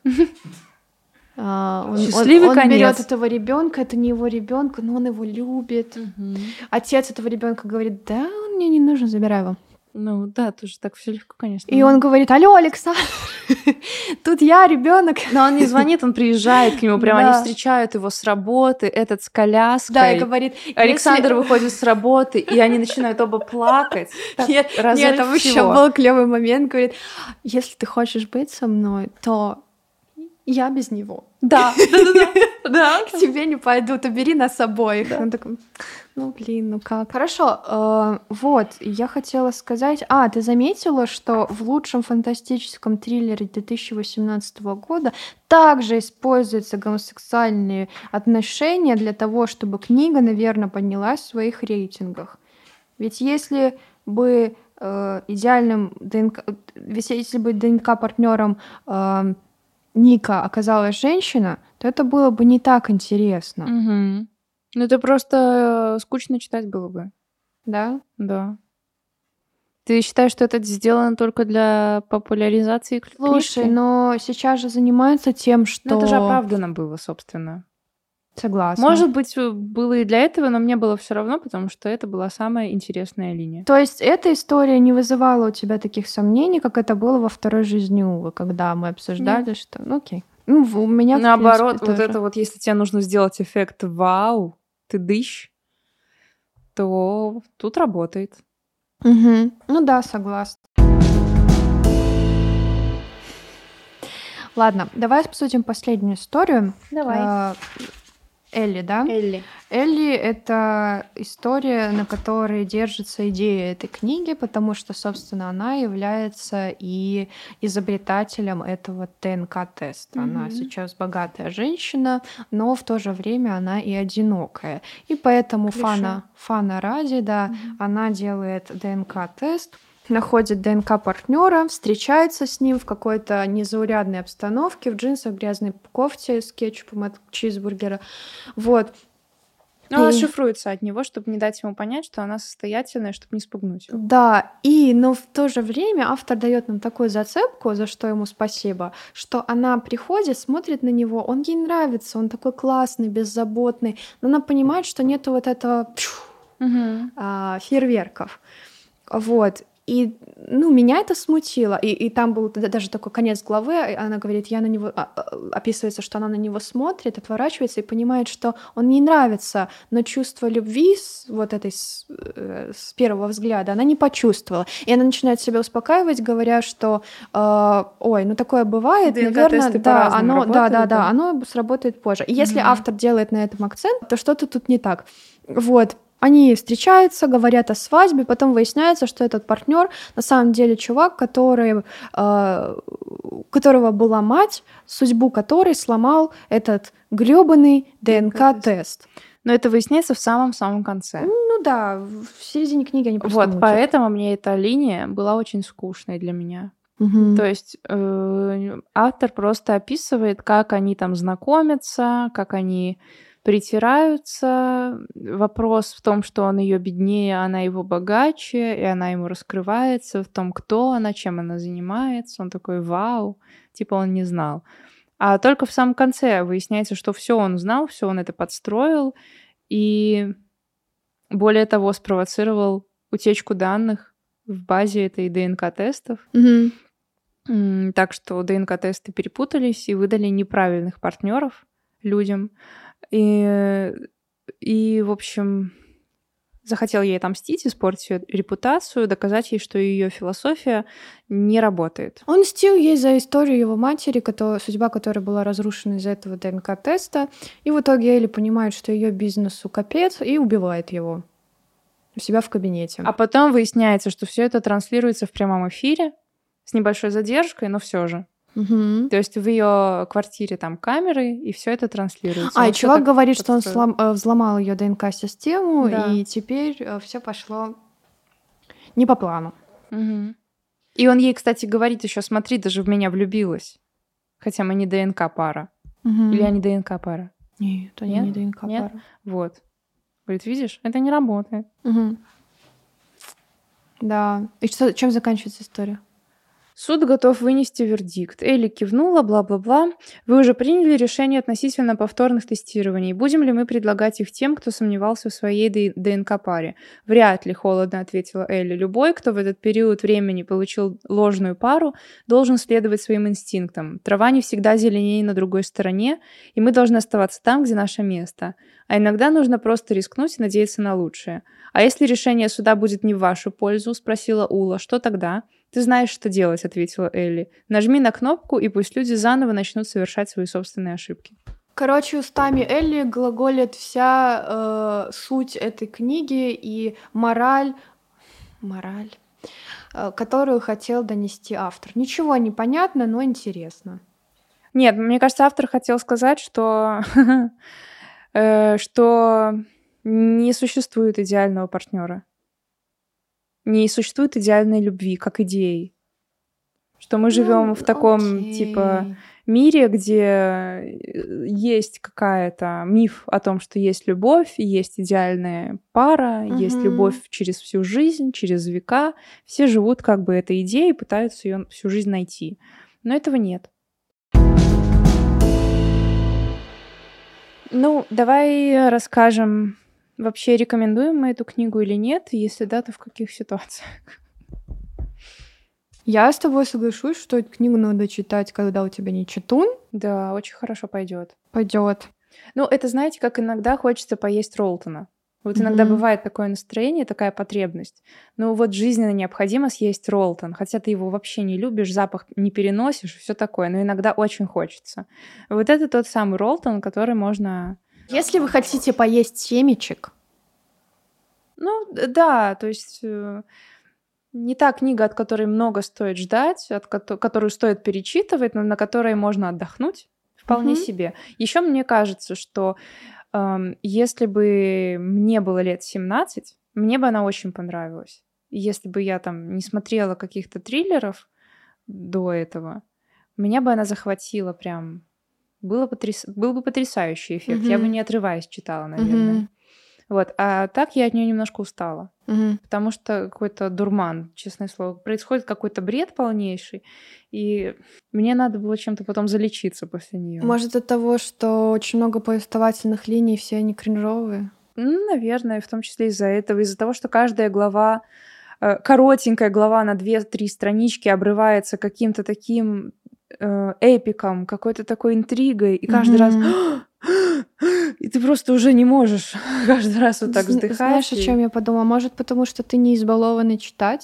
[SPEAKER 1] Он берет этого ребенка, это не его ребенок, но он его любит. Отец этого ребенка говорит, да, он мне не нужен, забирай его.
[SPEAKER 2] Ну да, тоже так все легко, конечно.
[SPEAKER 1] И он говорит, алло, Александр, тут я, ребенок.
[SPEAKER 2] Но он не звонит, он приезжает к нему, прямо они встречают его с работы, этот с коляской.
[SPEAKER 1] Да, и говорит...
[SPEAKER 2] Александр выходит с работы, и они начинают оба плакать.
[SPEAKER 1] Нет, там еще был клевый момент, говорит, если ты хочешь быть со мной, то я без него.
[SPEAKER 2] Да.
[SPEAKER 1] К тебе не пойдут, убери нас обоих. Он такой, ну блин, ну как. Хорошо, вот, я хотела сказать... ты заметила, что в лучшем фантастическом триллере 2018 года также используются гомосексуальные отношения для того, чтобы книга, наверное, поднялась в своих рейтингах. Ведь если бы идеальным ДНК... Если бы ДНК-партнером Ника оказалась женщина, то это было бы не так интересно.
[SPEAKER 2] Ну, это просто скучно читать было бы.
[SPEAKER 1] Да?
[SPEAKER 2] Да. Ты считаешь, что это сделано только для популяризации книжки?
[SPEAKER 1] Слушай, но сейчас же занимаются тем, что...
[SPEAKER 2] Ну, это же оправдано было, собственно.
[SPEAKER 1] Согласна.
[SPEAKER 2] Может быть, было и для этого, но мне было все равно, потому что это была самая интересная линия.
[SPEAKER 1] То есть эта история не вызывала у тебя таких сомнений, как это было во «Второй жизни Увы», когда мы обсуждали, что... Ну, окей. Ну, у меня,
[SPEAKER 2] наоборот,
[SPEAKER 1] в принципе,
[SPEAKER 2] вот
[SPEAKER 1] тоже.
[SPEAKER 2] это вот, если тебе нужно сделать эффект «Вау, ты дышь», то тут работает.
[SPEAKER 1] Ну да, согласна. Ладно, давай обсудим последнюю историю.
[SPEAKER 2] Давай.
[SPEAKER 1] Элли, да? Элли — это история, на которой держится идея этой книги, потому что, собственно, она является и изобретателем этого ДНК-теста. Она сейчас богатая женщина, но в то же время она и одинокая. И поэтому фана ради, да, она делает ДНК-тест, находит ДНК-партнера, встречается с ним в какой-то незаурядной обстановке, в джинсах, грязной кофте с кетчупом от чизбургера. Вот.
[SPEAKER 2] Но она шифруется от него, чтобы не дать ему понять, что она состоятельная, чтобы не спугнуть его.
[SPEAKER 1] Да, но в то же время автор дает нам такую зацепку, за что ему спасибо, что она приходит, смотрит на него, он ей нравится, он такой классный, беззаботный, но она понимает, что нету вот этого фейерверков. Вот. И, меня это смутило. И там был даже такой конец главы, она говорит, я на него... описывается, что она на него смотрит, отворачивается и понимает, что он ей нравится, но чувство любви с первого взгляда она не почувствовала. И она начинает себя успокаивать, говоря, что такое бывает, наверное, оно сработает позже. И если автор делает на этом акцент, то что-то тут не так. Вот. Они встречаются, говорят о свадьбе, потом выясняется, что этот партнер на самом деле чувак, у которого была мать, судьбу которой сломал этот грёбаный ДНК-тест.
[SPEAKER 2] Но это выясняется в самом-самом конце.
[SPEAKER 1] Ну да, в середине книги они просто
[SPEAKER 2] Вот,
[SPEAKER 1] мутят.
[SPEAKER 2] поэтому мне эта линия была очень скучной для меня. То есть автор просто описывает, как они там знакомятся, как они притираются. Вопрос в том, что он ее беднее, она его богаче, и она ему раскрывается в том, кто она, чем она занимается. Он такой, вау, типа он не знал. А только в самом конце выясняется, что все он знал, все он это подстроил, и более того, спровоцировал утечку данных в базе этой ДНК-тестов. Так что ДНК-тесты перепутались и выдали неправильных партнеров людям. И, в общем, захотел ей отомстить, испортить ее репутацию, доказать ей, что ее философия не работает.
[SPEAKER 1] Он мстил ей за историю его матери, судьба которой была разрушена из-за этого ДНК-теста. И в итоге Элли понимает, что ее бизнесу капец, и убивает его у себя в кабинете.
[SPEAKER 2] А потом выясняется, что все это транслируется в прямом эфире с небольшой задержкой, но все же. То есть в ее квартире там камеры, и все это транслируется.
[SPEAKER 1] И чувак говорит, что он взломал ее ДНК-систему,
[SPEAKER 2] Да.
[SPEAKER 1] и теперь все пошло не по плану.
[SPEAKER 2] И он ей, кстати, говорит еще: смотри, ты же в меня влюбилась. Хотя мы не ДНК-пара. Или они ДНК-пара?
[SPEAKER 1] Нет, они не ДНК-пара.
[SPEAKER 2] Вот. Говорит, видишь, это не работает.
[SPEAKER 1] Да. И чем заканчивается история?
[SPEAKER 2] Суд готов вынести вердикт. Элли кивнула, бла-бла-бла. Вы уже приняли решение относительно повторных тестирований. Будем ли мы предлагать их тем, кто сомневался в своей ДНК-паре? Вряд ли, холодно ответила Элли. Любой, кто в этот период времени получил ложную пару, должен следовать своим инстинктам. Трава не всегда зеленее на другой стороне, и мы должны оставаться там, где наше место. А иногда нужно просто рискнуть и надеяться на лучшее. А если решение суда будет не в вашу пользу, спросила Ула, что тогда? «Ты знаешь, что делать», — ответила Элли. «Нажми на кнопку, и пусть люди заново начнут совершать свои собственные ошибки».
[SPEAKER 1] Короче, устами Элли глаголит вся суть этой книги и мораль, которую хотел донести автор. Ничего не понятно, но интересно.
[SPEAKER 2] Нет, мне кажется, автор хотел сказать, что не существует идеального партнера. Не существует идеальной любви, как идеи. Что мы живем в таком, типа, мире, где есть какая-то миф о том, что есть любовь, есть идеальная пара, есть любовь через всю жизнь, через века. Все живут как бы этой идеей, пытаются ее всю жизнь найти. Но этого нет. Ну, давай расскажем, вообще рекомендуем мы эту книгу или нет, если да, то в каких ситуациях?
[SPEAKER 1] Я с тобой соглашусь, что эту книгу надо читать, когда у тебя не читун.
[SPEAKER 2] Да, очень хорошо пойдет.
[SPEAKER 1] Пойдет.
[SPEAKER 2] Ну, это, знаете, как иногда хочется поесть Ролтона. Вот иногда бывает такое настроение, такая потребность. Ну вот жизненно необходимо съесть Ролтон, хотя ты его вообще не любишь, запах не переносишь, все такое, но иногда очень хочется. Вот это тот самый Ролтон, который можно...
[SPEAKER 1] Если вы хотите поесть семечек.
[SPEAKER 2] Ну, да, то есть не та книга, от которой много стоит ждать, которую стоит перечитывать, но на которой можно отдохнуть вполне себе. Еще мне кажется, что если бы мне было лет 17, мне бы она очень понравилась. Если бы я там не смотрела каких-то триллеров до этого, меня бы она захватила прям. Был бы потрясающий эффект. Я бы не отрываясь читала, наверное. Вот. А так я от нее немножко устала. Потому что какой-то дурман, честное слово. Происходит какой-то бред полнейший. И мне надо было чем-то потом залечиться после нее.
[SPEAKER 1] Может, от того, что очень много повествовательных линий, все они кринжовые?
[SPEAKER 2] Ну, наверное, в том числе из-за этого. Из-за того, что каждая глава, коротенькая глава на 2-3 странички обрывается каким-то таким эпиком, какой-то такой интригой. И каждый раз... И ты просто уже не можешь каждый раз вот так вздыхать.
[SPEAKER 1] Знаешь, о чем я подумала? Может, потому что ты не избалованный читатель,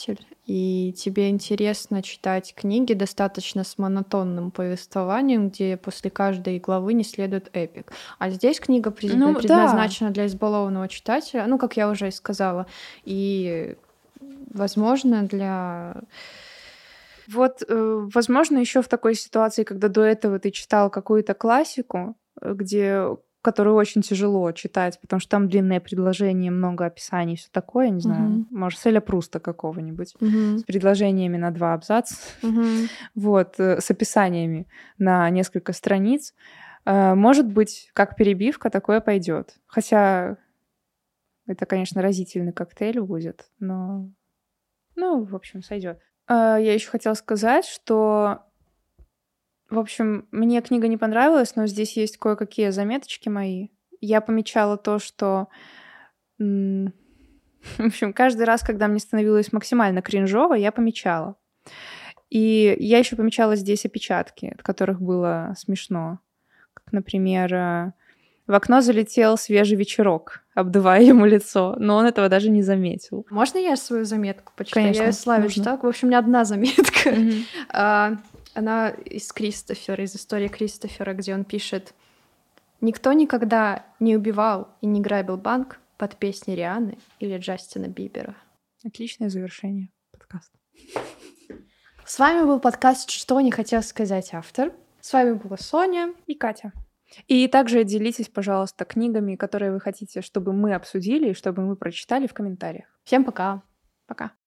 [SPEAKER 1] и тебе интересно читать книги достаточно с монотонным повествованием, где после каждой главы не следует эпик. А здесь книга
[SPEAKER 2] Ну да.
[SPEAKER 1] предназначена для избалованного читателя, ну, как я уже и сказала, и, возможно, для...
[SPEAKER 2] Вот, возможно, еще в такой ситуации, когда до этого ты читал какую-то классику, которую очень тяжело читать, потому что там длинные предложения, много описаний, все такое, не знаю, Марселя Пруста какого-нибудь, с предложениями на 2 абзаца, вот, с описаниями на несколько страниц. Может быть, как перебивка такое пойдет. Хотя это, конечно, разительный коктейль будет, но, ну, в общем, сойдет. Я еще хотела сказать, что, в общем, мне книга не понравилась, но здесь есть кое-какие заметочки мои. Я помечала то, что, в общем, каждый раз, когда мне становилось максимально кринжово, я помечала. И я еще помечала здесь опечатки, от которых было смешно. Как, например, в окно залетел свежий ветерок, обдувая ему лицо, но он этого даже не заметил.
[SPEAKER 1] Можно я свою заметку почитаю?
[SPEAKER 2] Конечно,
[SPEAKER 1] Я ее Славе
[SPEAKER 2] можно.
[SPEAKER 1] читала. В общем, у меня одна заметка. Она из Кристофера, из истории Кристофера, где он пишет: «Никто никогда не убивал и не грабил банк под песни Рианы или Джастина Бибера».
[SPEAKER 2] Отличное завершение подкаста.
[SPEAKER 1] С вами был подкаст «Что не хотел сказать автор». С вами была Соня
[SPEAKER 2] и Катя. И также делитесь, пожалуйста, книгами, которые вы хотите, чтобы мы обсудили и чтобы мы прочитали в комментариях.
[SPEAKER 1] Всем пока.
[SPEAKER 2] Пока.